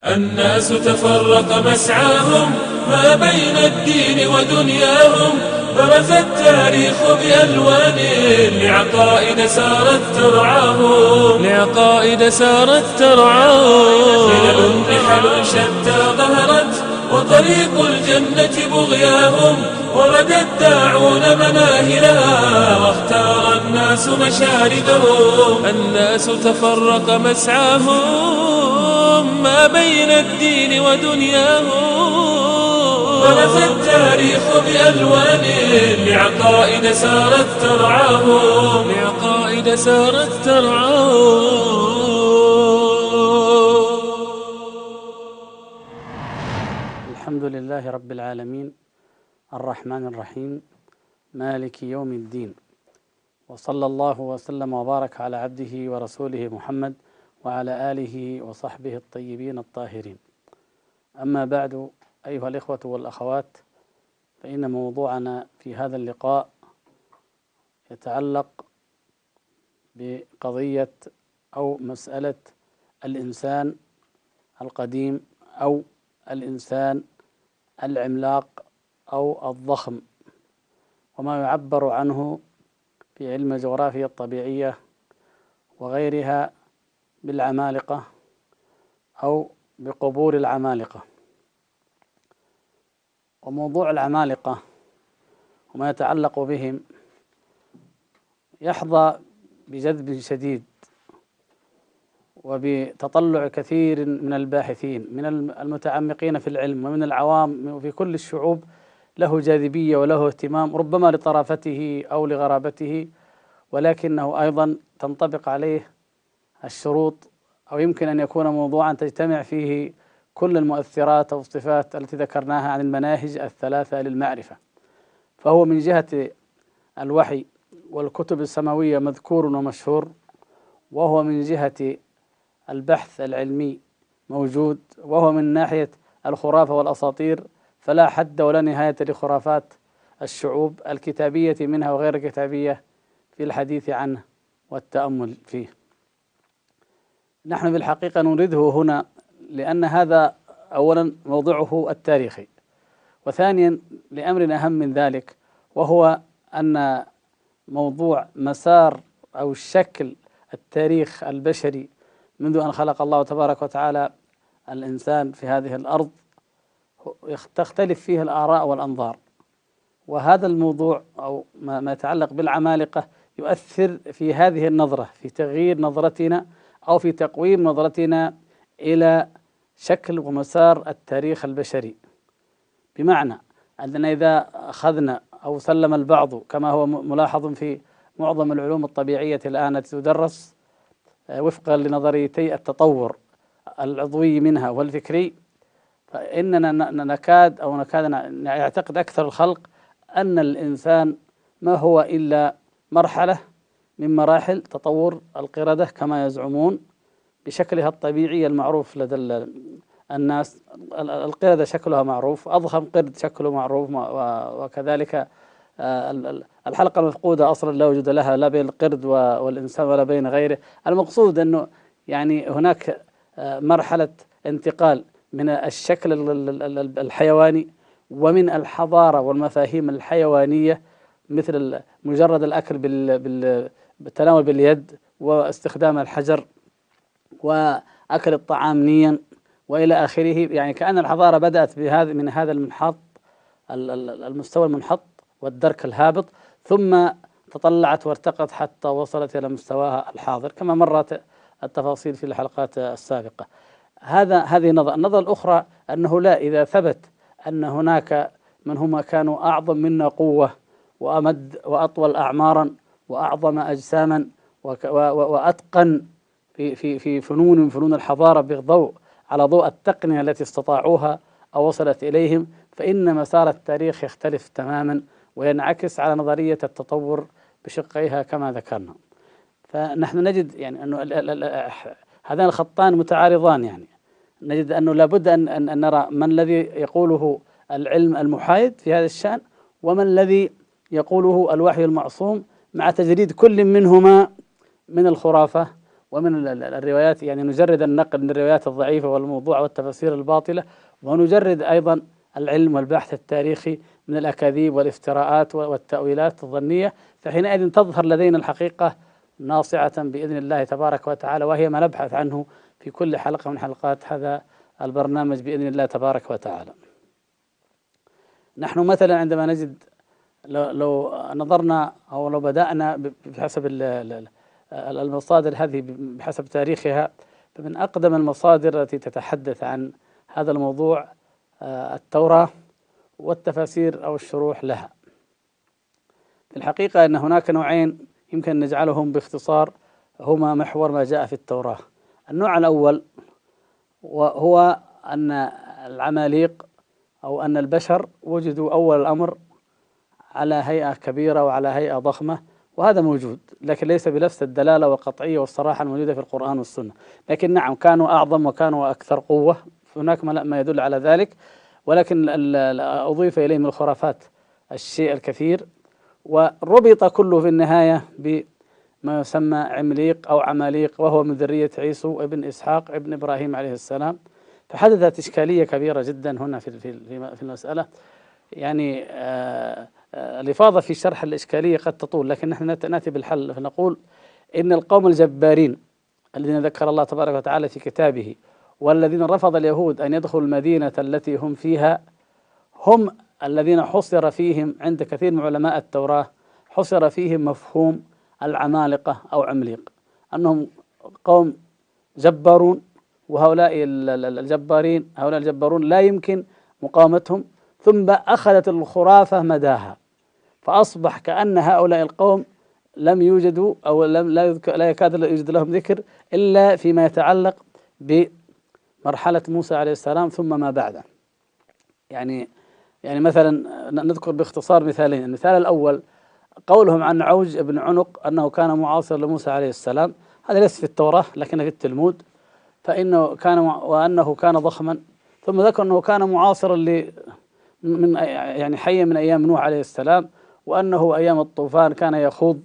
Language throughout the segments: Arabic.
الناس تفرق مسعاهم ما بين الدين ودنياهم، برز التاريخ بألوان لعقائد سارت ترعاهم خلل نحل شتى ظهرت وطريق الجنة بغياهم، ورد الداعون مناهلها واختار الناس مشاردهم. الناس تفرق مسعاهم ما بين الدين ودنياهم، برز التاريخ بألوان لعقائد سارت ترعاهم. الحمد لله رب العالمين الرحمن الرحيم مالك يوم الدين، وصلى الله وسلم وبارك على عبده ورسوله محمد وعلى آله وصحبه الطيبين الطاهرين. أما بعد، أيها الإخوة والأخوات، فإن موضوعنا في هذا اللقاء يتعلق بقضية أو مسألة الإنسان القديم أو الإنسان العملاق أو الضخم، وما يعبر عنه في علم الجغرافيا الطبيعية وغيرها بالعمالقة أو بقبور العمالقة. وموضوع العمالقة وما يتعلق بهم يحظى بجذب شديد وبتطلع كثير من الباحثين من المتعمقين في العلم ومن العوام وفي كل الشعوب، له جاذبية وله اهتمام، ربما لطرافته أو لغرابته، ولكنه أيضا تنطبق عليه الشروط، أو يمكن أن يكون موضوعا تجتمع فيه كل المؤثرات أو الصفات التي ذكرناها عن المناهج الثلاثة للمعرفة. فهو من جهة الوحي والكتب السماوية مذكور ومشهور، وهو من جهة البحث العلمي موجود، وهو من ناحية الخرافة والأساطير فلا حد ولا نهاية لخرافات الشعوب الكتابية منها وغير الكتابية في الحديث عنه والتأمل فيه. نحن بالحقيقة نريده هنا لأن هذا أولا موضوعه التاريخي، وثانيا لأمر أهم من ذلك، وهو أن موضوع مسار أو شكل التاريخ البشري منذ أن خلق الله تبارك وتعالى الإنسان في هذه الأرض تختلف فيه الآراء والأنظار. وهذا الموضوع أو ما يتعلق بالعمالقة يؤثر في هذه النظرة، في تغيير نظرتنا أو في تقويم نظرتنا إلى شكل ومسار التاريخ البشري. بمعنى أننا إذا أخذنا أو سلم البعض كما هو ملاحظ في معظم العلوم الطبيعية الآن التي تدرس وفقا لنظريتي التطور العضوي منها والفكري، فإننا نكاد يعتقد أكثر الخلق أن الإنسان ما هو إلا مرحلة من مراحل تطور القردة كما يزعمون بشكلها الطبيعي المعروف لدى الناس. القردة شكلها معروف، أضخم قرد شكله معروف، وكذلك الحلقة المفقودة أصلا لا وجود لها لا بين القرد والإنسان ولا بين غيره. المقصود أنه يعني هناك مرحلة انتقال من الشكل الحيواني ومن الحضارة والمفاهيم الحيوانية، مثل مجرد الأكل بالتناول باليد واستخدام الحجر وأكل الطعام نيا وإلى آخره. يعني كأن الحضارة بدأت من هذا المنحط، المستوى المنحط والدرك الهابط، ثم تطلعت وارتقت حتى وصلت إلى مستواها الحاضر كما مرت التفاصيل في الحلقات السابقة. هذه النظرة الأخرى أنه لا، إذا ثبت أن هناك من هم كانوا أعظم منا قوة وأمد وأطول أعمارا وأعظم أجساما وأتقن في فنون من فنون الحضارة على ضوء التقنية التي استطاعوها أو وصلت إليهم، فإن مسار التاريخ يختلف تماما وينعكس على نظرية التطور بشقيها كما ذكرنا. فنحن نجد يعني أنه هذان الخطان متعارضان، يعني نجد أنه لابد أن نرى من الذي يقوله العلم المحايد في هذا الشأن ومن الذي يقوله الوحي المعصوم، مع تجريد كل منهما من الخرافة ومن الروايات، يعني نجرد النقل من الروايات الضعيفة والموضوع والتفاسير الباطلة، ونجرد أيضا العلم والبحث التاريخي من الأكاذيب والافتراءات والتأويلات الظنية. فحينئذ تظهر لدينا الحقيقة ناصعة بإذن الله تبارك وتعالى، وهي ما نبحث عنه في كل حلقة من حلقات هذا البرنامج بإذن الله تبارك وتعالى. نحن مثلا عندما نجد، لو نظرنا أو لو بدأنا بحسب المصادر هذه بحسب تاريخها، فمن أقدم المصادر التي تتحدث عن هذا الموضوع التوراة والتفاسير أو الشروح لها. في الحقيقة أن هناك نوعين يمكن نجعلهم باختصار هما محور ما جاء في التوراة. النوع الأول وهو أن العماليق أو أن البشر وجدوا أول الأمر على هيئة كبيرة وعلى هيئة ضخمة، وهذا موجود، لكن ليس بنفس الدلالة والقطعية والصراحة الموجودة في القرآن والسنة. لكن نعم، كانوا أعظم وكانوا أكثر قوة، هناك ما يدل على ذلك، ولكن أضيف إليه من الخرافات الشيء الكثير، وربط كله في النهاية بما يسمى عمليق أو عماليق، وهو من ذرية عيسو ابن إسحاق ابن إبراهيم عليه السلام. فحدثت إشكالية كبيرة جدا هنا في المسألة. يعني الإفاضة في شرح الإشكالية قد تطول، لكن نحن نأتي بالحل. فنقول إن القوم الجبارين الذين ذكر الله تبارك وتعالى في كتابه، والذين رفض اليهود أن يدخلوا المدينة التي هم فيها، هم الذين حصر فيهم عند كثير من علماء التوراة، حصر فيهم مفهوم العمالقة أو عمليق، أنهم قوم جبارون، وهؤلاء الجبارون لا يمكن مقاومتهم. ثم أخذت الخرافة مداها، فأصبح كأن هؤلاء القوم لم يوجدوا أو لا يكاد يوجد لهم ذكر إلا فيما يتعلق بمرحلة موسى عليه السلام ثم ما بعده. يعني مثلا نذكر باختصار مثالين. المثال الأول قولهم عن عوج بن عنق أنه كان معاصر لموسى عليه السلام، هذا ليس في التوراة لكن في التلمود، وأنه كان ضخما. ثم ذكر أنه كان معاصرا يعني حيا من أيام نوح عليه السلام، وأنه أيام الطوفان كان يخوض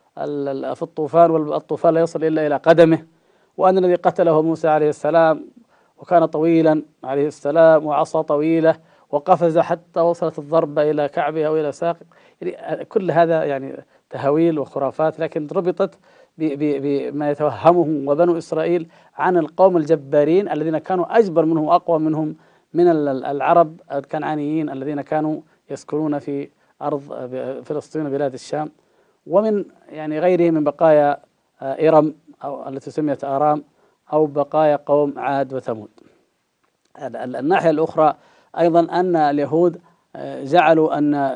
في الطوفان والطوفان لا يصل إلا إلى قدمه، وأن الذي قتله موسى عليه السلام وكان طويلا عليه السلام وعصا طويلة وقفز حتى وصلت الضربة إلى كعبه أو إلى ساقه. يعني كل هذا يعني تهويل وخرافات، لكن ربطت بما يتوهمه وبنو إسرائيل عن القوم الجبارين الذين كانوا أجبر منهم وأقوى منهم من العرب الكنعانيين الذين كانوا يسكنون في أرض فلسطين وبلاد الشام، ومن يعني غيره من بقايا إرم أو التي سميت آرام، أو بقايا قوم عاد وثمود. الناحية الأخرى أيضا أن اليهود جعلوا أن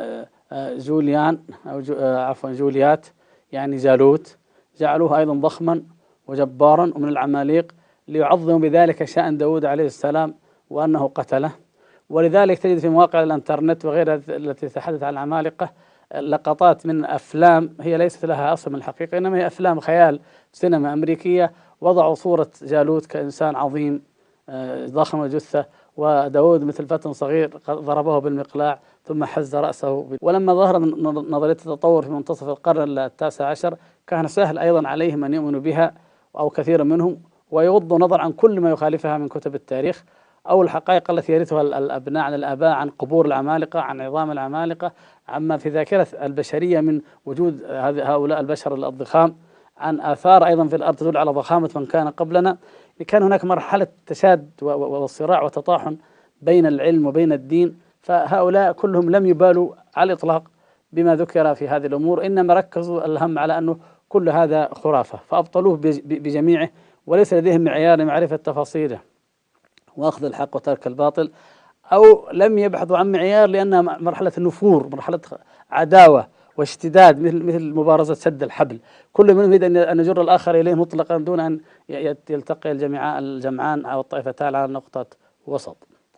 جوليان أو جوليات يعني جالوت جعلوه أيضا ضخما وجبارا ومن العماليق، ليعظموا بذلك شأن داود عليه السلام وأنه قتله. ولذلك تجد في مواقع الانترنت وغيرها التي تتحدث عن العمالقة لقطات من أفلام هي ليست لها أصل من الحقيقة، إنما هي أفلام خيال سينما أمريكية، وضعوا صورة جالوت كإنسان عظيم ضخم الجثة، وداود مثل فتى صغير ضربه بالمقلاع ثم حز رأسه. ولما ظهر نظرية التطور في منتصف القرن التاسع عشر، كان سهل أيضا عليهم أن يؤمنوا بها أو كثير منهم، ويغضوا نظر عن كل ما يخالفها من كتب التاريخ أو الحقائق التي يرثها الأبناء عن الآباء عن قبور العمالقة، عن عظام العمالقة، عما في ذاكرة البشرية من وجود هؤلاء البشر الضخام، عن آثار أيضا في الأرض تدل على ضخامة من كان قبلنا. كان هناك مرحلة تشاد وصراع وتطاحن بين العلم وبين الدين، فهؤلاء كلهم لم يبالوا على الإطلاق بما ذكر في هذه الأمور، إنما ركزوا الهم على أنه كل هذا خرافة، فأبطلوه بجميعه، وليس لديهم معيار لمعرفة تفاصيله وأخذ الحق وترك الباطل، أو لم يبحثوا عن معيار لأنها مرحلة نفور، مرحلة عداوة واشتداد، مثل مبارزة سد الحبل، كل منهم يريد أن يجر الآخر إليه مطلقا دون أن يلتقي الجمعان أو الطائفتان على نقطة وسط.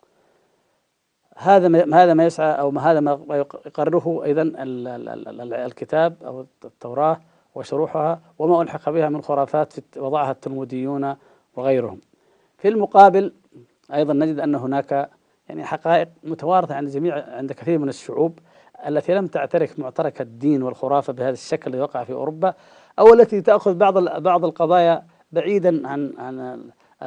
هذا ما يسعى أو هذا ما يقرره أيضا الكتاب أو التوراة وشروحها وما ألحق بها من خرافات وضعها التلموديون وغيرهم. في المقابل أيضا نجد أن هناك يعني حقائق متوارثة عند كثير من الشعوب التي لم تعترك معترك الدين والخرافة بهذا الشكل الذي وقع في أوروبا، أو التي تأخذ بعض القضايا بعيدا عن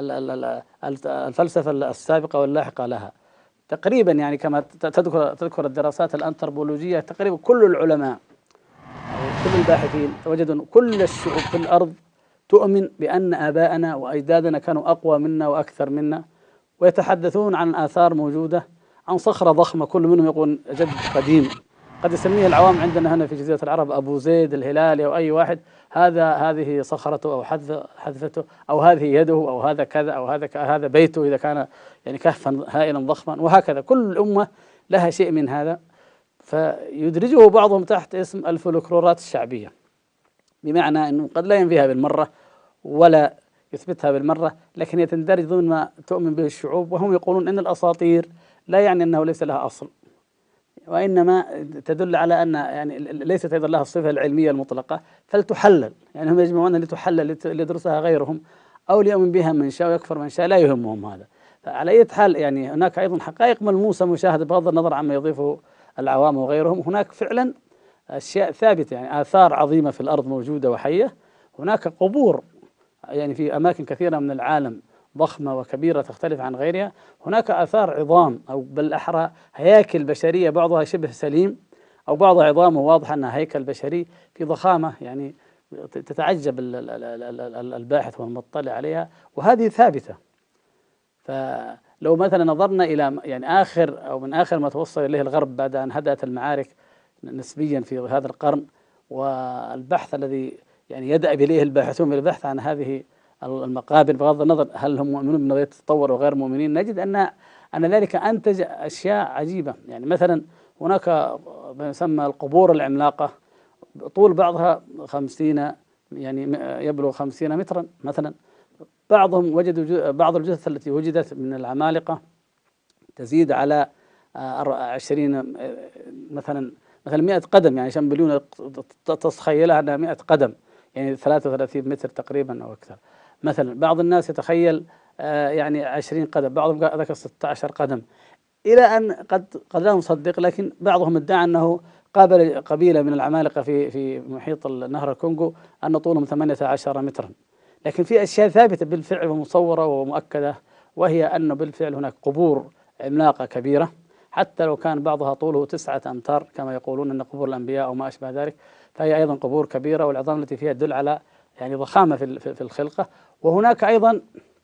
الفلسفة السابقة واللاحقة لها. تقريبا يعني كما تذكر الدراسات الأنثروبولوجية، تقريبا كل العلماء كل الباحثين وجدوا كل الشعوب في الأرض تؤمن بأن آباءنا وأجدادنا كانوا أقوى منا وأكثر منا، ويتحدثون عن آثار موجودة، عن صخرة ضخمة كل منهم يقول جد قديم، قد يسميه العوام عندنا هنا في جزيرة العرب أبو زيد الهلالي أو أي واحد، هذه صخرته أو حذفته أو هذه يده أو هذا كذا أو هذا بيته إذا كان يعني كهفا هائلا ضخما، وهكذا كل أمة لها شيء من هذا. فيدرجه بعضهم تحت اسم الفولكلورات الشعبية، بمعنى أنه قد لا ينفيها بالمرة ولا يثبتها بالمرة، لكن يتندرج ضمن ما تؤمن به الشعوب، وهم يقولون أن الأساطير لا يعني أنه ليس لها أصل، وإنما تدل على أن يعني ليست أيضا لها الصفة العلمية المطلقة، فلتحلل، يعني هم يجمعون لتحلل ليدرسها غيرهم أو ليؤمن بها من شاء ويكفر من شاء، لا يهمهم هذا. فعلى أي حال يعني هناك أيضا حقائق ملموسة مشاهدة بغض النظر عما يضيفه العوام وغيرهم. هناك فعلا أشياء ثابتة، يعني آثار عظيمة في الأرض موجودة وحية. هناك قبور يعني في أماكن كثيرة من العالم ضخمة وكبيرة تختلف عن غيرها. هناك آثار عظام أو بالأحرى هياكل بشرية بعضها شبه سليم أو بعضها عظامه واضح أنها هيكل بشري في ضخامة، يعني تتعجب الباحث والمطلع عليها، وهذه ثابتة. فلو مثلا نظرنا إلى يعني من آخر ما توصل إليه الغرب بعد أن هدأت المعارك نسبيا في هذا القرن، والبحث الذي يعني يدأ إليه الباحثون بالبحث عن هذه المقابر بغض النظر هل هم مؤمنون بنظرية التطور وغير مؤمنين، نجد أن ذلك أنتج أشياء عجيبة. يعني مثلا هناك ما يسمى القبور العملاقة، طول بعضها 50 يعني يبلغ 50 مترا مثلا. بعضهم وجدوا بعض الجثث التي وجدت من العمالقة تزيد على 20 مثلا 100 قدم، يعني شمبليون تتخيلها أنها 100 قدم، يعني 33 متر تقريبا أو أكثر. مثلا بعض الناس يتخيل يعني 20 قدم، بعضهم ذكر 16 قدم، إلى أن قد لا نصدق، لكن بعضهم ادعى أنه قابل قبيلة من العمالقة في محيط نهر الكونغو أن طولهم 18 مترا. لكن في أشياء ثابتة بالفعل ومصورة ومؤكدة، وهي أنه بالفعل هناك قبور عملاقة كبيرة، حتى لو كان بعضها طوله 9 أمتار كما يقولون أن قبور الأنبياء أو ما أشبه ذلك، فهي أيضا قبور كبيرة، والعظام التي فيها تدل على يعني ضخامة في الخلقة. وهناك أيضا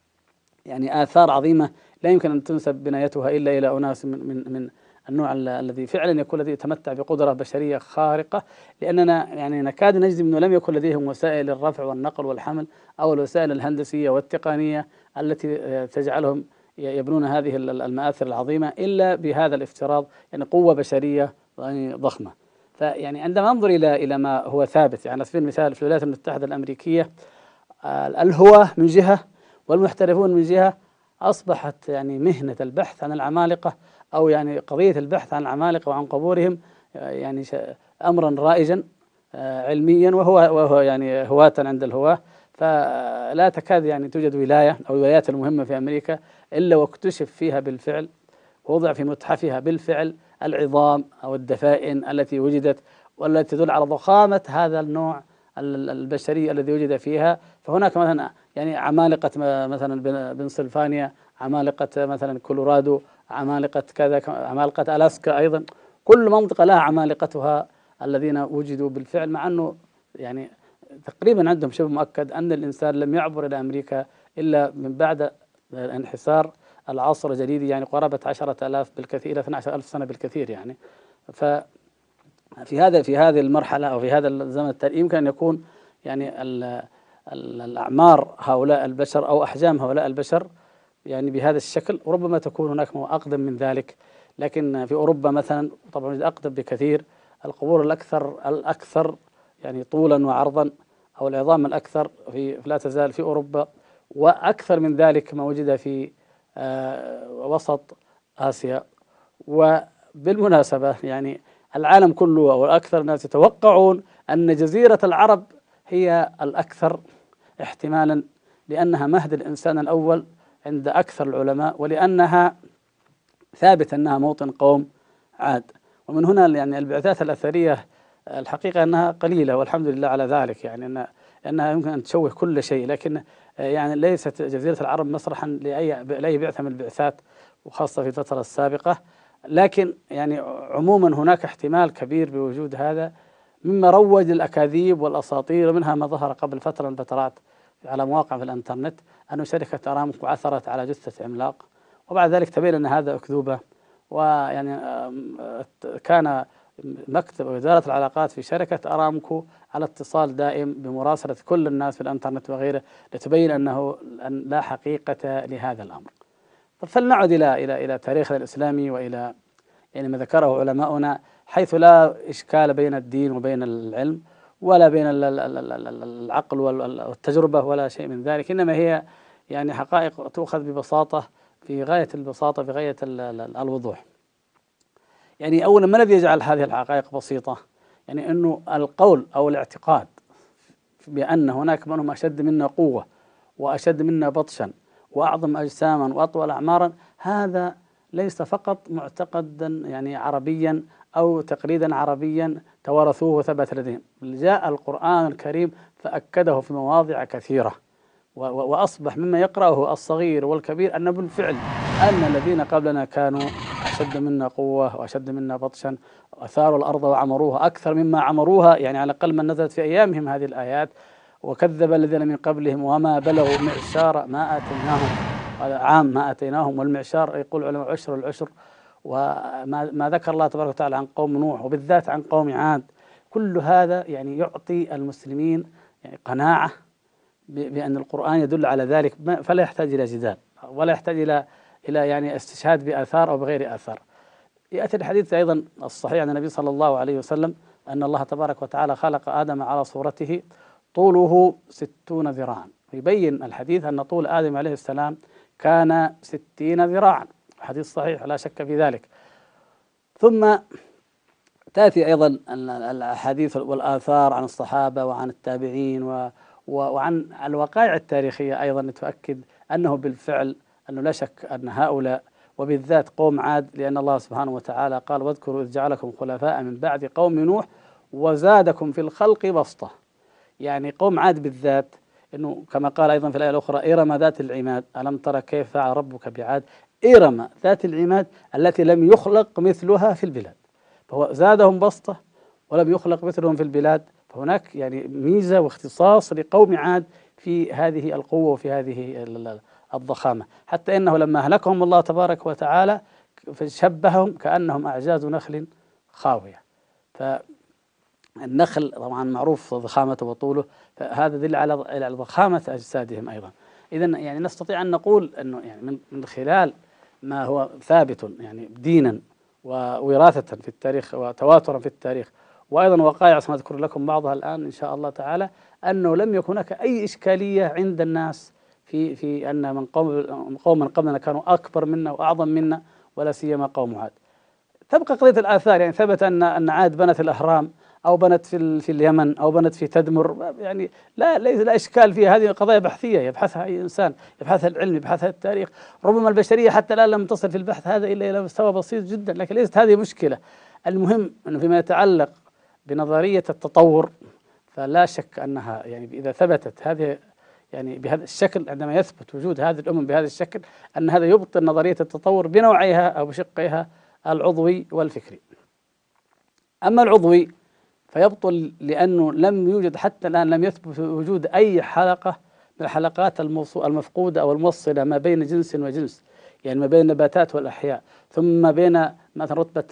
يعني آثار عظيمة لا يمكن أن تنسب بنايتها إلا إلى أناس من النوع الذي فعلا يكون الذي يتمتع بقدرة بشرية خارقة، لأننا يعني نكاد نجزم أنه لم يكن لديهم وسائل الرفع والنقل والحمل أو الوسائل الهندسية والتقنية التي تجعلهم يبنون هذه المآثر العظيمة إلا بهذا الافتراض، يعني قوة بشرية يعني ضخمة. فيعني عندما ننظر إلى ما هو ثابت، يعني على سبيل المثال في الولايات المتحدة الأمريكية الهواة من جهة والمحترفون من جهة، أصبحت يعني مهنة البحث عن العمالقة أو يعني قضية البحث عن العمالقة وعن قبورهم يعني أمرا رائجا علميا، وهو يعني هواة عند الهواة. فلا تكاد يعني توجد ولاية أو الولايات المهمة في أمريكا إلا واكتشف فيها بالفعل، ووضع في متحفها بالفعل العظام أو الدفائن التي وجدت والتي تدل على ضخامة هذا النوع البشري الذي وجد فيها. فهناك مثلا يعني عمالقة مثلا بنسلفانيا، عمالقة مثلا كولورادو، عمالقة كذا، عمالقة ألاسكا، أيضا كل منطقة لها عمالقتها الذين وجدوا بالفعل، مع أنه يعني تقريبا عندهم شبه مؤكد أن الإنسان لم يعبر إلى أمريكا إلا من بعد انحسار العصر الجديد، يعني قرابة 10,000 بالكثير إلى 12,000 سنة بالكثير. يعني في هذه المرحلة أو في هذا الزمن التالي يمكن أن يكون يعني الأعمار هؤلاء البشر أو أحجام هؤلاء البشر يعني بهذا الشكل، وربما تكون هناك أقدم من ذلك. لكن في أوروبا مثلا طبعا أقدم بكثير، القبور الأكثر يعني طولا وعرضا أو العظام الأكثر لا تزال في أوروبا، وأكثر من ذلك ما وجد في وسط آسيا. وبالمناسبة يعني العالم كله أو الأكثر الناس يتوقعون أن جزيرة العرب هي الأكثر احتمالا، لأنها مهد الإنسان الأول عند أكثر العلماء، ولأنها ثابت أنها موطن قوم عاد. ومن هنا يعني البعثات الأثرية الحقيقة أنها قليلة والحمد لله على ذلك، يعني أنها يمكن أن تشوه كل شيء، لكن يعني ليست جزيرة العرب مسرحا لأي بعثة من البعثات، وخاصة في الفترة السابقة. لكن يعني عموما هناك احتمال كبير بوجود هذا، مما روج الأكاذيب والأساطير، ومنها ما ظهر قبل فترة من الفترات على مواقع في الإنترنت أن شركة أرامكو عثرت على جثة عملاق، وبعد ذلك تبين أن هذا أكذوبة. ويعني كان مكتب وزارة العلاقات في شركة أرامكو على اتصال دائم بمراسلة كل الناس في الإنترنت وغيره لتبين أن لا حقيقة لهذا الأمر. فلنعد إلى تاريخنا الإسلامي وإلى يعني ما ذكره علماؤنا، حيث لا إشكال بين الدين وبين العلم، ولا بين العقل والتجربة، ولا شيء من ذلك، إنما هي يعني حقائق تؤخذ ببساطة، في غاية البساطة، في غاية الوضوح. يعني أولا، ما الذي يجعل هذه الحقائق بسيطة؟ يعني أنه القول أو الاعتقاد بأن هناك من هم أشد منا قوة وأشد منا بطشا وأعظم أجساما وأطول أعمارا، هذا ليس فقط معتقدا يعني عربيا أو تقليدا عربيا توارثوه وثبت لديهم، جاء القرآن الكريم فأكده في مواضع كثيرة، وأصبح مما يقرأه الصغير والكبير أن بالفعل أن الذين قبلنا كانوا أشد منا قوة وأشد منا بطشا، وأثاروا الأرض وعمروها أكثر مما عمروها، يعني على الأقل من نزلت في أيامهم هذه الآيات. وكذب الذين من قبلهم وما بلغوا معشار ما آتيناهم، هذا عام ما آتيناهم، والمعشار يقول علماء العشر. وما ذكر الله تبارك وتعالى عن قوم نوح، وبالذات عن قوم عاد. كل هذا يعني يعطي المسلمين يعني قناعة بأن القرآن يدل على ذلك، فلا يحتاج إلى جدال، ولا يحتاج إلى يعني استشهاد بآثار أو بغير آثار. يأتي الحديث أيضا الصحيح عن النبي صلى الله عليه وسلم أن الله تبارك وتعالى خلق آدم على صورته طوله 60 ذراعا، يبين الحديث أن طول آدم عليه السلام كان 60 ذراعا، حديث صحيح لا شك في ذلك. ثم تأتي أيضا الأحاديث والآثار عن الصحابة وعن التابعين وعن الوقائع التاريخية أيضا تؤكد أنه بالفعل أنه لا شك أن هؤلاء، وبالذات قوم عاد، لأن الله سبحانه وتعالى قال: واذكروا إذ جعلكم خلفاء من بعد قوم نوح وزادكم في الخلق بسطة. يعني قوم عاد بالذات، إنه كما قال أيضا في الآية الأخرى: إرم ذات العماد ألم ترى كيف فعل ربك بعاد إرم ذات العماد التي لم يخلق مثلها في البلاد. فهو زادهم بسطة ولم يخلق مثلهم في البلاد، فهناك يعني ميزة واختصاص لقوم عاد في هذه القوة وفي هذه الضخامة، حتى إنه لما أهلكهم الله تبارك وتعالى فشبههم كأنهم أعجاز نخل خاوية. فالنخل طبعا معروف ضخامته وطوله، فهذا يدل على ضخامة أجسادهم أيضا. إذن يعني نستطيع أن نقول أنه يعني من خلال ما هو ثابت يعني دينا ووراثة في التاريخ وتواترا في التاريخ، وأيضا وقائع سنذكر لكم بعضها الآن إن شاء الله تعالى، أنه لم يكن هناك أي إشكالية عند الناس في أن قوم من قبلنا كانوا أكبر منا وأعظم منا، ولا سيما قوم عاد. تبقى قضية الآثار، يعني ثبت أن عاد بنت الأهرام أو بنت في اليمن أو بنت في تدمر، يعني لا إشكال فيها، هذه قضايا بحثية يبحثها أي إنسان، يبحثها العلم، يبحثها التاريخ. ربما البشرية حتى الآن لم تصل في البحث هذا إلا إلى مستوى بسيط جدا، لكن ليست هذه مشكلة. المهم أنه فيما يتعلق بنظرية التطور، فلا شك أنها يعني إذا ثبتت هذه يعني بهذا الشكل، عندما يثبت وجود هذه الأمم بهذا الشكل، أن هذا يبطل نظرية التطور بنوعيها أو بشقيها العضوي والفكري. أما العضوي فيبطل لأنه لم يوجد حتى الآن، لم يثبت وجود أي حلقة من الحلقات المفقودة أو الموصلة ما بين جنس وجنس، يعني ما بين النباتات والأحياء، ثم بين مثلا رتبة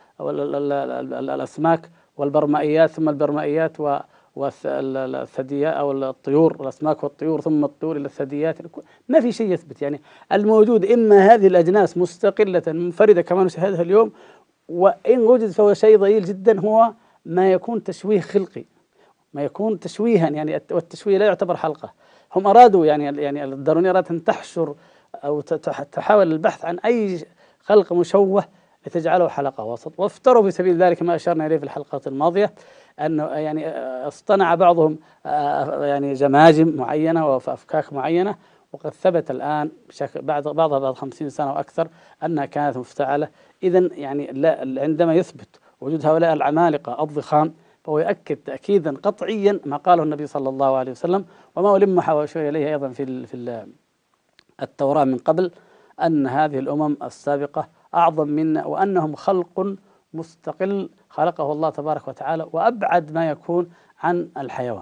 الأسماك والبرمائيات، ثم البرمائيات والثدييات أو الطيور، الأسماك والطيور، ثم الطيور إلى الثدييات. ما في شيء يثبت، يعني الموجود إما هذه الأجناس مستقلة منفردة كما نشاهدها اليوم، وإن وجد فهو شيء ضئيل جدا، هو ما يكون تشويه خلقي، ما يكون تشويها، يعني والتشويه لا يعتبر حلقة. هم أرادوا يعني الدارونية أرادت أن تحشر أو تحاول البحث عن أي خلق مشوه لتجعله حلقة وسط، وافتروا في سبيل ذلك ما أشرنا إليه في الحلقات الماضية، أنه يعني اصطنع بعضهم يعني جماجم معينة وأفكاك معينة، وقد ثبت الآن بعضها بعد 50 سنة وأكثر أنها كانت مفتعلة. إذن يعني عندما يثبت وجود هؤلاء العمالقة الضخام، فهو يؤكد تأكيدا قطعيا ما قاله النبي صلى الله عليه وسلم، وما ألمح وأشير إليه أيضا في التوراة من قبل، أن هذه الأمم السابقة أعظم منا، وأنهم خلق مستقل خلقه الله تبارك وتعالى، وأبعد ما يكون عن الحيوان.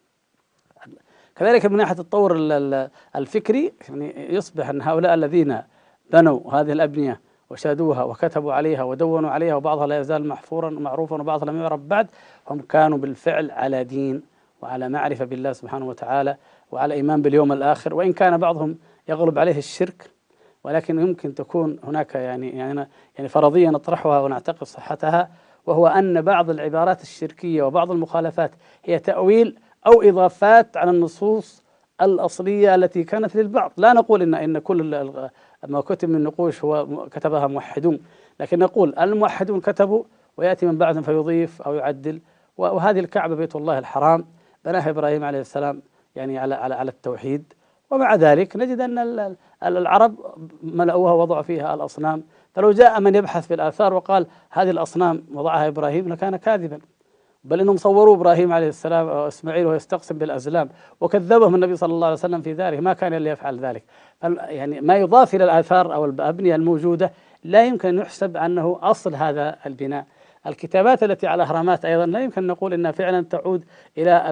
كذلك من ناحية التطور الفكري، يعني يصبح أن هؤلاء الذين بنوا هذه الأبنية وشادوها وكتبوا عليها ودونوا عليها، وبعضها لا يزال محفورا ومعروفا وبعضها لم يعرف بعد، هم كانوا بالفعل على دين وعلى معرفة بالله سبحانه وتعالى وعلى إيمان باليوم الآخر، وإن كان بعضهم يغلب عليه الشرك، ولكن يمكن تكون هناك يعني فرضية نطرحها ونعتقد صحتها، وهو أن بعض العبارات الشركية وبعض المخالفات هي تأويل أو إضافات على النصوص الأصلية التي كانت للبعض. لا نقول إن كل ما كتب من نقوش هو كتبها موحدون، لكن نقول الموحدون كتبوا ويأتي من بعدهم فيضيف أو يعدل. وهذه الكعبة بيت الله الحرام بناها إبراهيم عليه السلام يعني على التوحيد، ومع ذلك نجد أن العرب ملأوها ووضعوا فيها الأصنام. فلو جاء من يبحث في الآثار وقال هذه الأصنام وضعها إبراهيم لكان كاذبا، بل إنهم صوروا إبراهيم عليه السلام أو إسماعيل وهو يستقسم بالأزلام، وكذبهم النبي صلى الله عليه وسلم في ذلك، ما كان ليفعل ذلك. يعني ما يضاف إلى الآثار أو الأبنية الموجودة لا يمكن أن يحسب أنه أصل هذا البناء. الكتابات التي على الأهرامات أيضا لا يمكن أن نقول أنها فعلا تعود إلى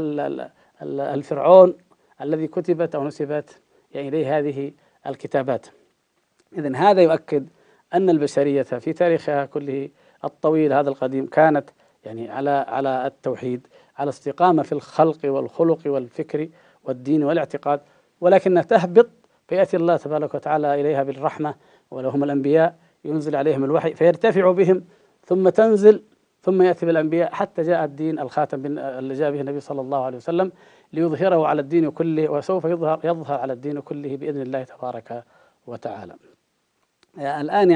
الفرعون الذي كتبت أو نسبت يعني إليه هذه الكتابات. إذن هذا يؤكد أن البشرية في تاريخها كله الطويل هذا القديم كانت يعني على التوحيد، على استقامة في الخلق والخلق والفكر والدين والاعتقاد، ولكنها تهبط فيأتي الله تبارك وتعالى إليها بالرحمة، ولهم الأنبياء ينزل عليهم الوحي فيرتفع بهم، ثم تنزل، ثم يأتي بالأنبياء، حتى جاء الدين الخاتم اللي جاء به النبي صلى الله عليه وسلم ليظهره على الدين كله، وسوف يظهر على الدين كله بإذن الله تبارك وتعالى. الآن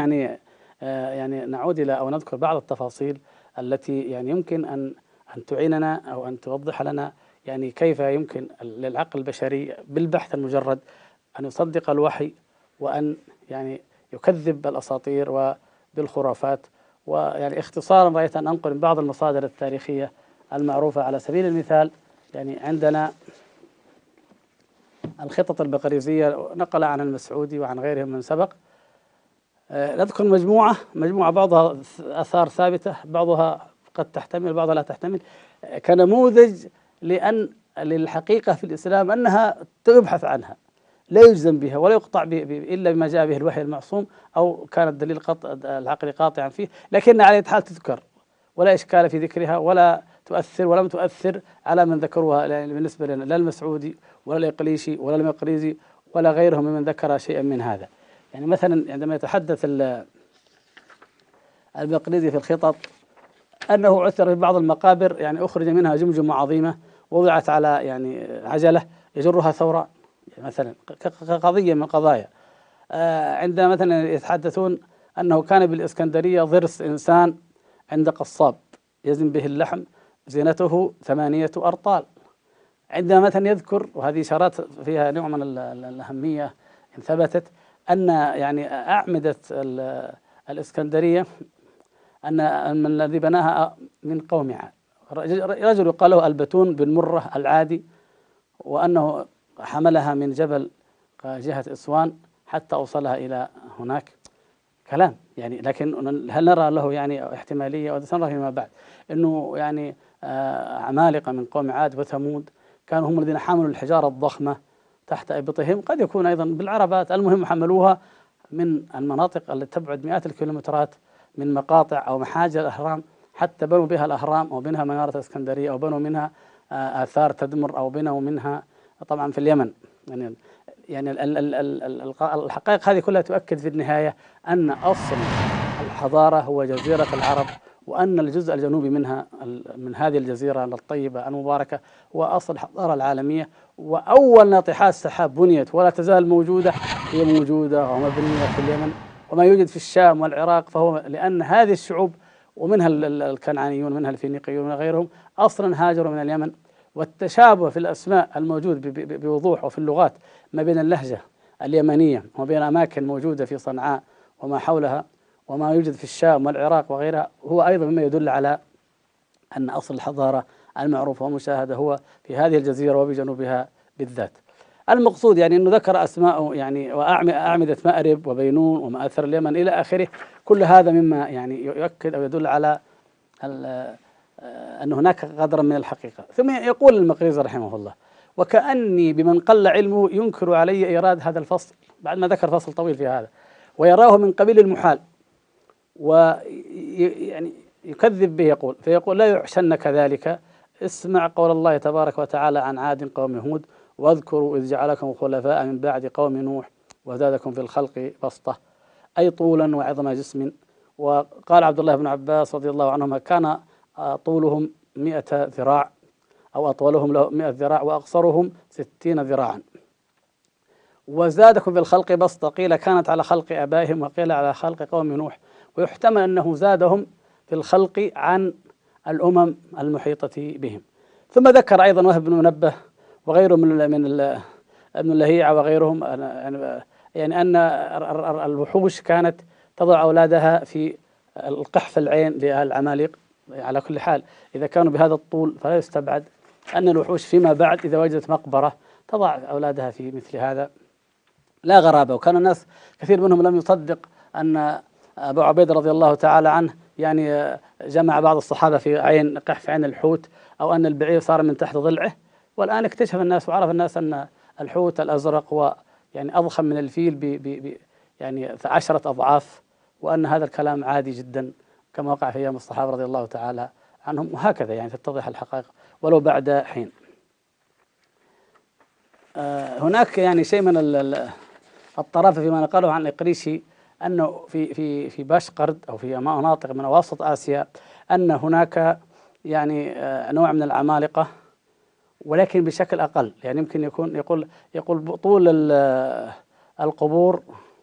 يعني نعود إلى أو نذكر بعض التفاصيل التي يعني يمكن أن تعيننا أو أن توضح لنا يعني كيف يمكن للعقل البشري بالبحث المجرد أن يصدق الوحي، وأن يعني يكذب الأساطير وبالخرافات. ويعني اختصارا رأيت أن أنقل من بعض المصادر التاريخية المعروفة. على سبيل المثال يعني عندنا الخطط البقريزية نقل عن المسعودي وعن غيرهم من سبق. نذكر مجموعة بعضها آثار ثابتة، بعضها قد تحتمل بعضها لا تحتمل، كنموذج للحقيقة في الإسلام أنها يبحث عنها، لا يجزم بها ولا يقطع إلا بما جاء به الوحي المعصوم أو كان الدليل العقلي قاطعا فيه، لكن على حال تذكر ولا إشكال في ذكرها ولا تؤثر ولم تؤثر على من ذكروها بالنسبة لنا، لا المسعودي ولا الإقليشي ولا المقريزي ولا غيرهم ممن ذكر شيئا من هذا. يعني مثلا عندما يتحدث المقريزي في الخطط أنه عثر في بعض المقابر يعني أخرج منها جمجمة عظيمة وضعت على يعني عجلة يجرها ثوران، يعني مثلا كقضية من القضايا. عندما مثلا يتحدثون أنه كان بالإسكندرية ضرس إنسان عند قصاب يزن به اللحم زينته 8 أرطال. عندما مثلا يذكر، وهذه إشارات فيها نوع من الأهمية إن ثبتت، أن يعني أعمدة الإسكندرية أن الذي بناها من قوم عاد، رجل يقال له البتون بن مرة العادي، وأنه حملها من جبل جهة أسوان حتى أوصلها إلى هناك. كلام يعني، لكن هل نرى له يعني احتمالية؟ وسنرى فيما بعد أنه يعني عمالقة من قوم عاد وثمود كانوا هم الذين حملوا الحجارة الضخمة تحت إبطهم، قد يكون أيضا بالعربات، المهم حملوها من المناطق التي تبعد مئات الكيلومترات من مقاطع أو محاجر الأهرام حتى بنوا بها الأهرام أو بنها منارة الإسكندرية أو بنوا منها آثار تدمر أو بنوا منها طبعا في اليمن. يعني الحقائق هذه كلها تؤكد في النهاية أن أصل الحضارة هو جزيرة العرب، وأن الجزء الجنوبي منها من هذه الجزيرة الطيبة المباركة هو أصل الحضارة العالمية. وأول ناطحات سحاب بنيت ولا تزال موجودة هي موجودة ومبنية في اليمن، وما يوجد في الشام والعراق فهو لأن هذه الشعوب ومنها الكنعانيون منها الفينيقيون وغيرهم أصلا هاجروا من اليمن. والتشابه في الأسماء الموجود بوضوح وفي اللغات ما بين اللهجة اليمنية وما بين أماكن موجودة في صنعاء وما حولها وما يوجد في الشام والعراق وغيرها هو أيضا مما يدل على أن أصل الحضارة المعروفة والمشاهدة هو في هذه الجزيرة وبجنوبها بالذات. المقصود يعني أنه ذكر أسماء يعني وأعمدة مأرب وبينون ومآثر اليمن إلى آخره، كل هذا مما يعني يؤكد أو يدل على أن هناك قدرا من الحقيقة. ثم يقول المقريزي رحمه الله: وكأني بمن قل علمه ينكر علي إيراد هذا الفصل، بعد ما ذكر فصل طويل في هذا، ويراه من قبيل المحال، ويعني يكذب به. فيقول: لا يحشن كذلك، اسمع قول الله تبارك وتعالى عن عاد قوم هود: واذكروا إذ جعلكم خلفاء من بعد قوم نوح وزادكم في الخلق بسطة، أي طولا وعظم جسم. وقال عبد الله بن عباس رضي الله عنهما: كان طولهم 100 ذراع، أو أطولهم 100 ذراع وأقصرهم 60 ذراعا. وزادكم في الخلق بسطة، قيل كانت على خلق آبائهم وقيل على خلق قوم نوح، ويحتمل أنه زادهم في الخلق عن الأمم المحيطة بهم. ثم ذكر أيضا وهب بن منبه وغيره من ابن اللهيعة وغيرهم يعني أن الوحوش كانت تضع أولادها في القحف العين للعمالقة. على كل حال إذا كانوا بهذا الطول فلا يستبعد أن الوحوش فيما بعد إذا وجدت مقبرة تضع أولادها في مثل هذا، لا غرابة. وكان الناس كثير منهم لم يصدق أن أبو عبيد رضي الله تعالى عنه يعني جمع بعض الصحابة في قحف عين الحوت، أو أن البعير صار من تحت ضلعه. والآن اكتشف الناس وعرف الناس أن الحوت الأزرق هو يعني أضخم من الفيل يعني 10 أضعاف، وأن هذا الكلام عادي جدا كما وقع في أيام الصحابة رضي الله تعالى عنهم. وهكذا يعني تتضح الحقائق ولو بعد حين. هناك يعني شيء من الطرافة فيما نقله عن الإقريشي، أنه في باشقرد أو في مناطق من أواسط آسيا أن هناك يعني نوع من العمالقة، ولكن بشكل أقل. يعني يمكن يكون يقول طول القبور،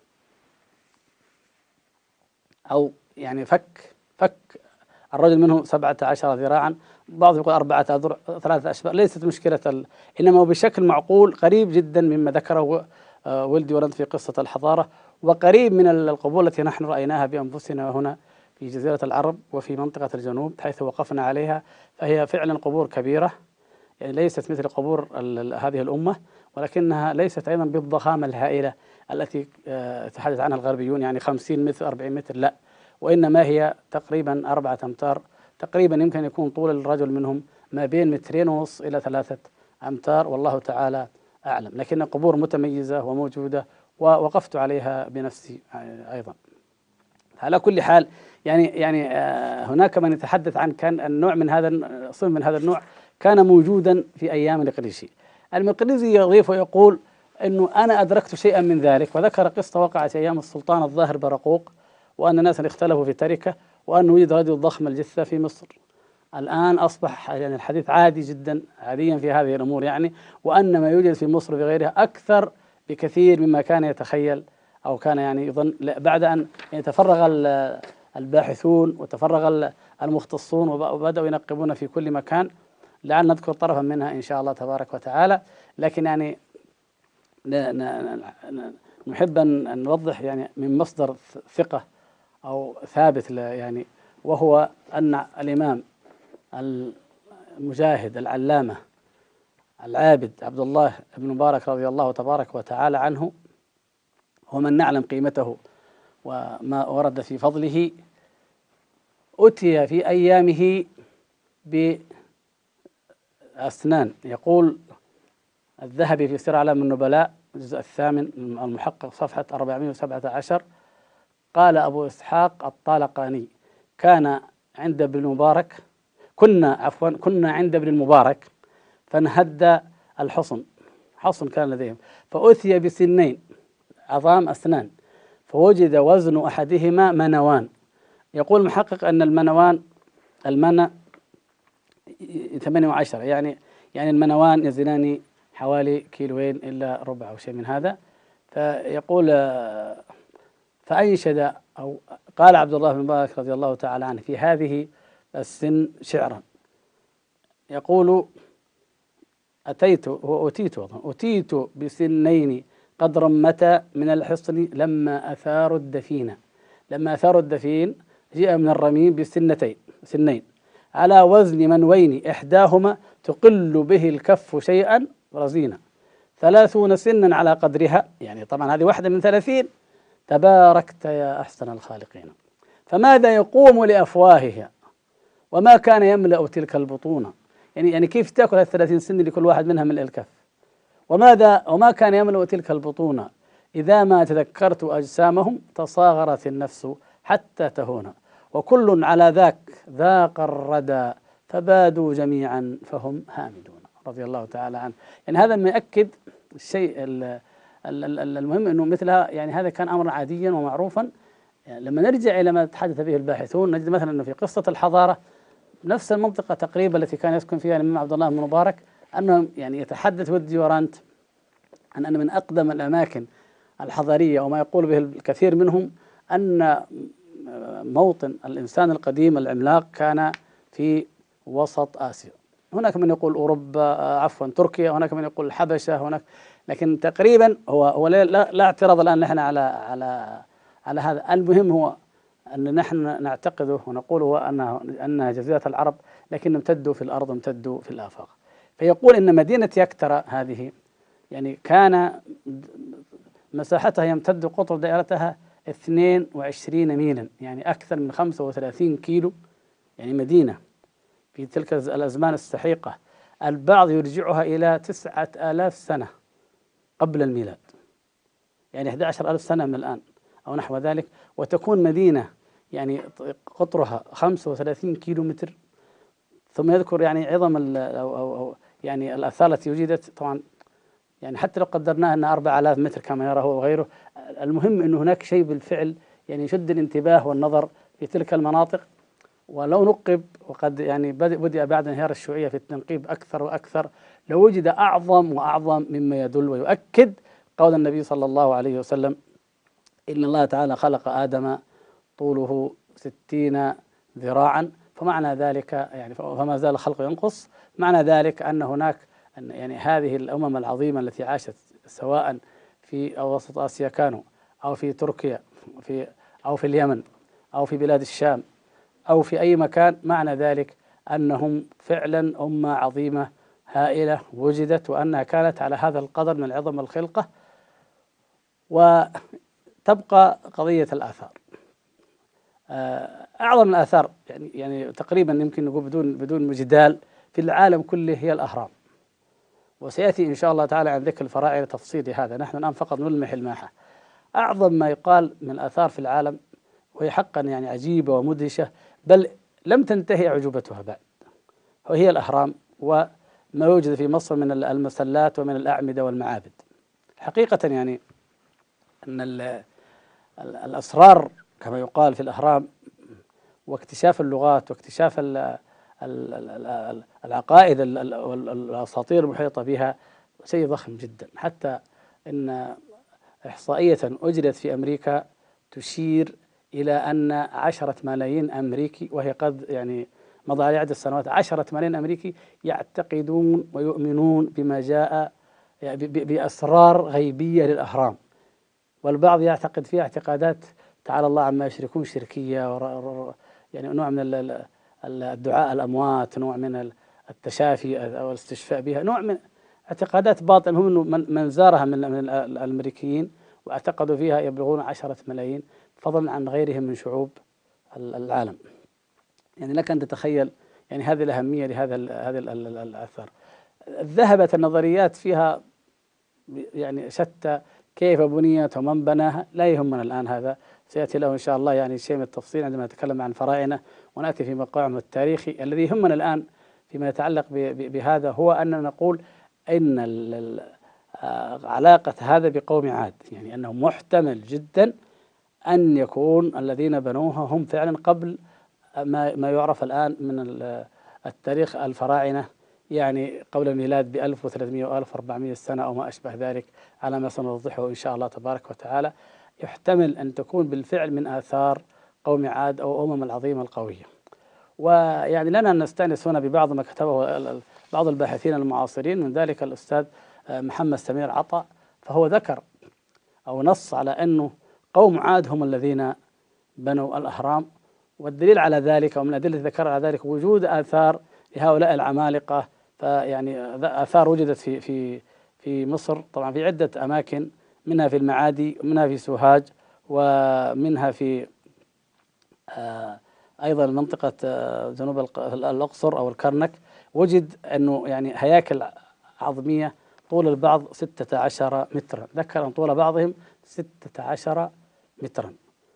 أو يعني فك الرجل منه 17 ذراعا، بعض يقول 4 أذرع 3 أشبار، ليست مشكلة إنما هو بشكل معقول قريب جدا مما ذكره ولدي ولد في قصة الحضارة، وقريب من القبور التي نحن رأيناها بأنفسنا هنا في جزيرة العرب وفي منطقة الجنوب حيث وقفنا عليها. فهي فعلا قبور كبيرة، يعني ليست مثل قبور هذه الأمة، ولكنها ليست أيضا بالضخامة الهائلة التي تحدث عنها الغربيون، يعني 50 متر 40 متر، لا، وإنما هي تقريبا 4 أمتار تقريبا. يمكن يكون طول الرجل منهم ما بين 2.5 إلى 3 أمتار، والله تعالى أعلم. لكن قبور متميزة وموجودة ووقفت عليها بنفسي أيضا. على كل حال يعني هناك من يتحدث عن كان النوع من هذا صنف من هذا النوع كان موجودا في أيام الإقريشي. المقريزي يضيف ويقول أنه أنا أدركت شيئا من ذلك، وذكر قصة وقعت أيام السلطان الظاهر برقوق، وأن الناس اختلفوا في تركة، وأنه يوجد رجل ضخم الجثة في مصر. الآن أصبح يعني الحديث عادي جدا، عاديا في هذه الأمور يعني، وأن ما يوجد في مصر في غيرها أكثر بكثير مما كان يتخيل أو كان يعني يظن، بعد أن يتفرغ الباحثون وتفرغ المختصون وبدأوا ينقبون في كل مكان. لعل نذكر طرفا منها إن شاء الله تبارك وتعالى، لكن يعني نحب أن نوضح يعني من مصدر ثقة أو ثابت يعني، وهو أن الإمام المجاهد العلامة العابد عبد الله بن مبارك رضي الله تبارك وتعالى عنه، ومن نعلم قيمته وما ورد في فضله، أتي في أيامه بأسنان. يقول الذهبي في سير أعلام النبلاء الجزء 8 المحقق صفحة 417، قال أبو إسحاق الطالقاني: كنا عند ابن المبارك فانهد الحصن، حصن كان لديهم، فأتي بسنين عظام أسنان، فوجد وزن أحدهما منوان. يقول المحقق أن المنى 18، يعني المنوان يزنان حوالي كيلوين إلا ربع أو شيء من هذا. فيقول فأنشد أو قال عبد الله بن مبارك رضي الله تعالى عنه في هذه السن شعرا، يقول: أتيت بسنين قد رمتا من الحصن لما أثاروا الدفين. جاء من الرميم سنين، على وزن منوين إحداهما تقل به الكف شيئا رزينا 30 سنا على قدرها، يعني طبعا هذه واحدة من 30. تباركت يا أحسن الخالقين. فماذا يقوم لأفواهها وما كان يملأ تلك البطون، يعني كيف تأكل هذه 30 سن لكل واحد منها ملء الكف؟ وما كان يملأ تلك البطون إذا ما تذكرت أجسامهم تصاغرت النفس حتى تهون، وكل على ذاك ذاق الردى فبادوا جميعا فهم هامدون، رضي الله تعالى عنه. يعني هذا ما يؤكد الشيء المهم أنه مثلها، يعني هذا كان أمرا عاديا ومعروفا. يعني لما نرجع إلى ما تحدث به الباحثون نجد مثلا أنه في قصة الحضارة نفس المنطقة تقريبا التي كان يسكن فيها الإمام عبد الله بن مبارك، أنه يعني يتحدث وديورانت عن أن من أقدم الأماكن الحضارية وما يقول به الكثير منهم أن موطن الإنسان القديم العملاق كان في وسط آسيا. هناك من يقول أوروبا، عفوا تركيا، هناك من يقول الحبشة، هناك، لكن تقريبا هو لا اعتراض الآن نحن على هذا. المهم هو أن نحن نعتقده ونقول هو أنها جزيرة العرب، لكن امتدوا في الأرض، امتدوا في الآفاق. فيقول إن مدينة يكترى هذه يعني كان مساحتها يمتد قطر دائرتها 22 ميلا، يعني أكثر من 35 كيلو، يعني مدينة في تلك الأزمان السحيقة. البعض يرجعها إلى 9000 سنة قبل الميلاد، يعني 11,000 سنة من الآن أو نحو ذلك، وتكون مدينة يعني قطرها 35 كيلو متر. ثم يذكر يعني عظم أو يعني الآثار التي وجدت، طبعا يعني حتى لو قدرناها أنها 4000 متر كما يرى هو وغيره، المهم أن هناك شيء بالفعل يعني يشد الانتباه والنظر في تلك المناطق. ولو نقب، وقد يعني بدأ بعد انهيار الشيوعية في التنقيب أكثر وأكثر، لوجد أعظم وأعظم مما يدل ويؤكد قول النبي صلى الله عليه وسلم: إن الله تعالى خلق آدم طوله 60 ذراعا، فمعنى ذلك يعني فما زال الخلق ينقص. معنى ذلك أن هناك يعني هذه الأمم العظيمة التي عاشت سواء في وسط آسيا كانوا، أو في تركيا، أو في اليمن، أو في بلاد الشام، أو في أي مكان، معنى ذلك أنهم فعلا أمة عظيمة هائلة وجدت، وأنها كانت على هذا القدر من العظم والخلقة. وتبقى قضية الآثار. أعظم الآثار يعني تقريبا يمكن نقول بدون جدال في العالم كله هي الأهرام، وسيأتي إن شاء الله تعالى عن ذكر الفرائض تفصيل هذا، نحن الآن فقط نلمح الماحة. أعظم ما يقال من الآثار في العالم، وهي حقا يعني عجيبة ومدهشة، بل لم تنتهي أعجوبتها بعد، وهي الأهرام وما يوجد في مصر من المسلات ومن الأعمدة والمعابد. حقيقة يعني أن الأسرار كما يقال في الأهرام، واكتشاف اللغات، واكتشاف العقائد والأساطير المحيطة بها شيء ضخم جدا. حتى إن إحصائية أجرت في أمريكا تشير إلى أن 10 ملايين أمريكي، وهي قد يعني مضى على عدة سنوات، 10 ملايين أمريكي يعتقدون ويؤمنون بما جاء بأسرار غيبية للأهرام، والبعض يعتقد فيها اعتقادات تعالى الله عما يشركون شركية، يعني نوع من الدعاء الأموات، نوع من التشافي أو الاستشفاء بها، نوع من اعتقادات باطلة. هم إنه من زارها من الأمريكيين واعتقدوا فيها يبلغون 10 ملايين، فضلا عن غيرهم من شعوب العالم. يعني لك أن تتخيل يعني هذه الأهمية لهذا الأثر. ذهبت النظريات فيها يعني شتى، كيف بنيت ومن بناها لا يهمنا الآن، هذا سيأتي له إن شاء الله يعني شيء من التفصيل عندما نتكلم عن فرائنا، ونأتي في موقعهم التاريخي. الذي يهمنا الآن فيما يتعلق بهذا هو أن نقول إن علاقة هذا بقوم عاد، يعني أنه محتمل جدا أن يكون الذين بنوها هم فعلا قبل ما يعرف الآن من التاريخ الفراعنة، يعني قبل الميلاد ب1300 و1400 سنة أو ما أشبه ذلك، على ما سنوضحه إن شاء الله تبارك وتعالى. يحتمل أن تكون بالفعل من آثار قوم عاد أو أمم العظيمة القوية. ويعني لنا أن نستأنس هنا ببعض ما كتبه بعض الباحثين المعاصرين، من ذلك الأستاذ محمد سمير عطا، فهو ذكر أو نص على أنه قوم عاد هم الذين بنوا الأهرام، والدليل على ذلك ومن الأدلة التي ذكرها على ذلك وجود آثار لهؤلاء العمالقة. فيعني آثار وجدت في مصر طبعا في عدة أماكن، منها في المعادي ومنها في سوهاج ومنها في أيضا منطقة جنوب الأقصر أو الكرنك. وجد أنه يعني هياكل عظمية طول البعض 16 مترا، ذكر أن طول بعضهم 16 مترا.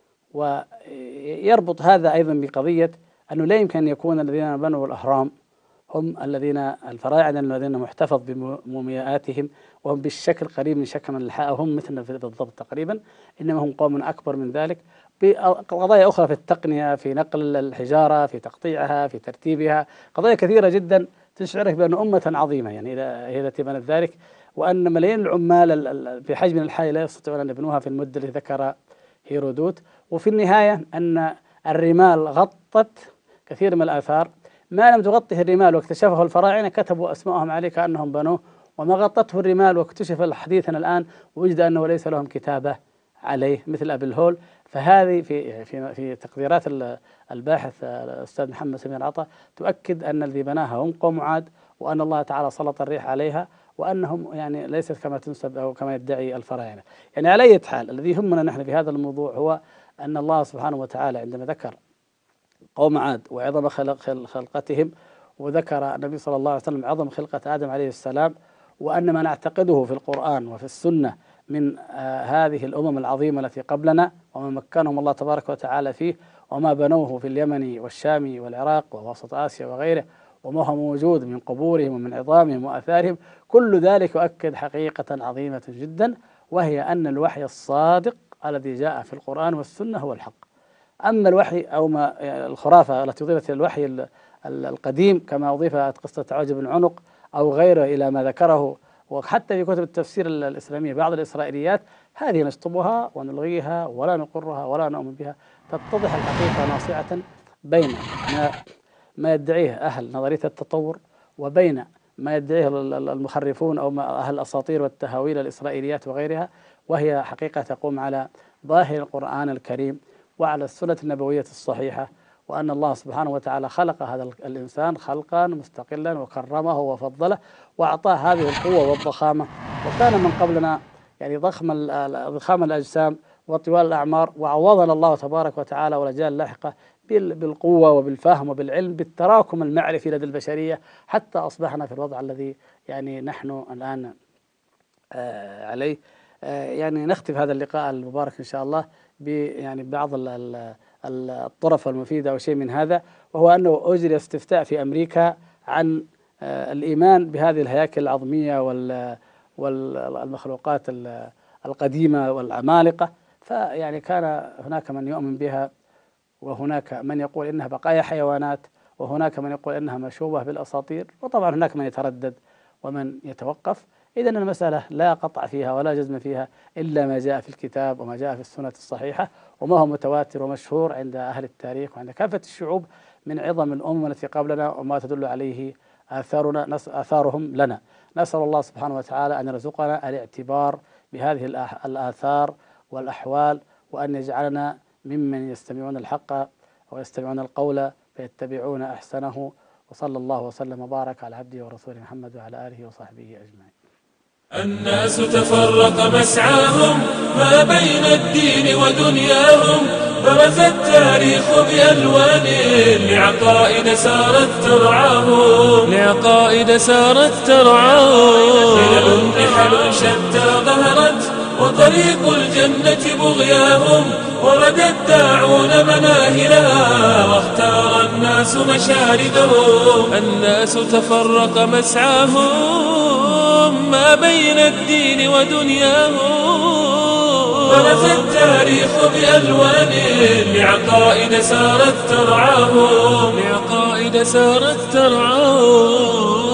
ويربط هذا أيضا بقضية أنه لا يمكن أن يكون الذين بنوا الأهرام هم الفراعنة الذين محتفظ بمومياءاتهم وهم بالشكل قريب من شكل من الحاء، هم مثلنا بالضبط تقريبا، إنما هم قوم أكبر من ذلك بقضايا أخرى في التقنية، في نقل الحجارة، في تقطيعها، في ترتيبها، قضايا كثيرة جدا تشعرك بأن أمة عظيمة يعني هي التي بنت ذلك، وأن ملايين العمال في حجم الحالي لا يستطيعون أن يبنوها في المدة التي ذكر هيرودوت. وفي النهاية أن الرمال غطت كثير من الآثار، ما لم تغطه الرمال واكتشفه الفراعنة كتبوا أسماءهم عليه كأنهم بنوه، وما غطته الرمال واكتشف حديثا الآن وجد أنه ليس لهم كتابة عليه مثل أبي الهول. فهذه في تقديرات الباحث الأستاذ محمد سمير عطا تؤكد أن الذي بناها هم قوم عاد، وأن الله تعالى سلط الريح عليها، وأنهم يعني ليست كما تنسب أو كما يدعي الفراعنة. يعني على أي حال الذي يهمنا نحن في هذا الموضوع هو أن الله سبحانه وتعالى عندما ذكر قوم عاد وعظم خلقتهم، وذكر النبي صلى الله عليه وسلم عظم خلقة آدم عليه السلام، وأن ما نعتقده في القرآن وفي السنة من هذه الأمم العظيمة التي قبلنا وما مكنهم الله تبارك وتعالى فيه وما بنوه في اليمن والشام والعراق ووسط آسيا وغيره وما هو موجود من قبورهم ومن عظامهم وآثارهم، كل ذلك يؤكد حقيقة عظيمة جدا، وهي أن الوحي الصادق الذي جاء في القرآن والسنة هو الحق. أما الوحي أو ما الخرافة التي أضيفت إلى الوحي القديم كما أضيفت قصة عوج بن عنق أو غيره إلى ما ذكره، وحتى في كتب التفسير الإسلامية بعض الإسرائيليات، هذه نشطبها ونلغيها ولا نقرها ولا نؤمن بها. تتضح الحقيقة ناصعة بين ما يدعيه أهل نظرية التطور وبين ما يدعيه المخرفون أو أهل الأساطير والتهاويل الإسرائيليات وغيرها، وهي حقيقة تقوم على ظاهر القرآن الكريم وعلى السنة النبوية الصحيحة، وأن الله سبحانه وتعالى خلق هذا الإنسان خلقا مستقلا وكرمه وفضله وأعطاه هذه القوة والضخامة، وكان من قبلنا يعني ضخام الأجسام وطوال الأعمار، وعوضنا الله تبارك وتعالى والأجيال اللاحقة بالقوة وبالفهم وبالعلم بالتراكم المعرفي لدى البشرية حتى أصبحنا في الوضع الذي يعني نحن الآن عليه. يعني نختم هذا اللقاء المبارك إن شاء الله يعني بعض الطرف المفيدة أو شيء من هذا، وهو أنه أجري استفتاء في أمريكا عن الإيمان بهذه الهياكل العظمية والمخلوقات القديمة والعمالقة. فيعني كان هناك من يؤمن بها، وهناك من يقول إنها بقايا حيوانات، وهناك من يقول إنها مشوبة بالأساطير، وطبعا هناك من يتردد ومن يتوقف. إذن المسألة لا قطع فيها ولا جزم فيها إلا ما جاء في الكتاب وما جاء في السنة الصحيحة وما هو متواتر ومشهور عند أهل التاريخ وعند كافة الشعوب من عظم الأمم التي قبلنا وما تدل عليه آثارهم لنا. نسأل الله سبحانه وتعالى أن يرزقنا الاعتبار بهذه الآثار والأحوال، وأن يجعلنا ممن يستمعون الحق ويستمعون القول فيتبعون أحسنه. وصلى الله وسلم وبارك على عبده ورسوله محمد وعلى آله وصحبه أجمعين. الناس تفرق مسعاهم ما بين الدين ودنياهم، برز التاريخ بألوان لعقائد سارت ترعاهم خلل رحل شتى ظهرت وطريق الجنة بغياهم، ورد الداعون مناهلها واختار الناس مشاردهم. الناس تفرق مسعاهم ما بين الدين ودنياهم، برز التاريخ بألوان لعقائد سارت ترعاهم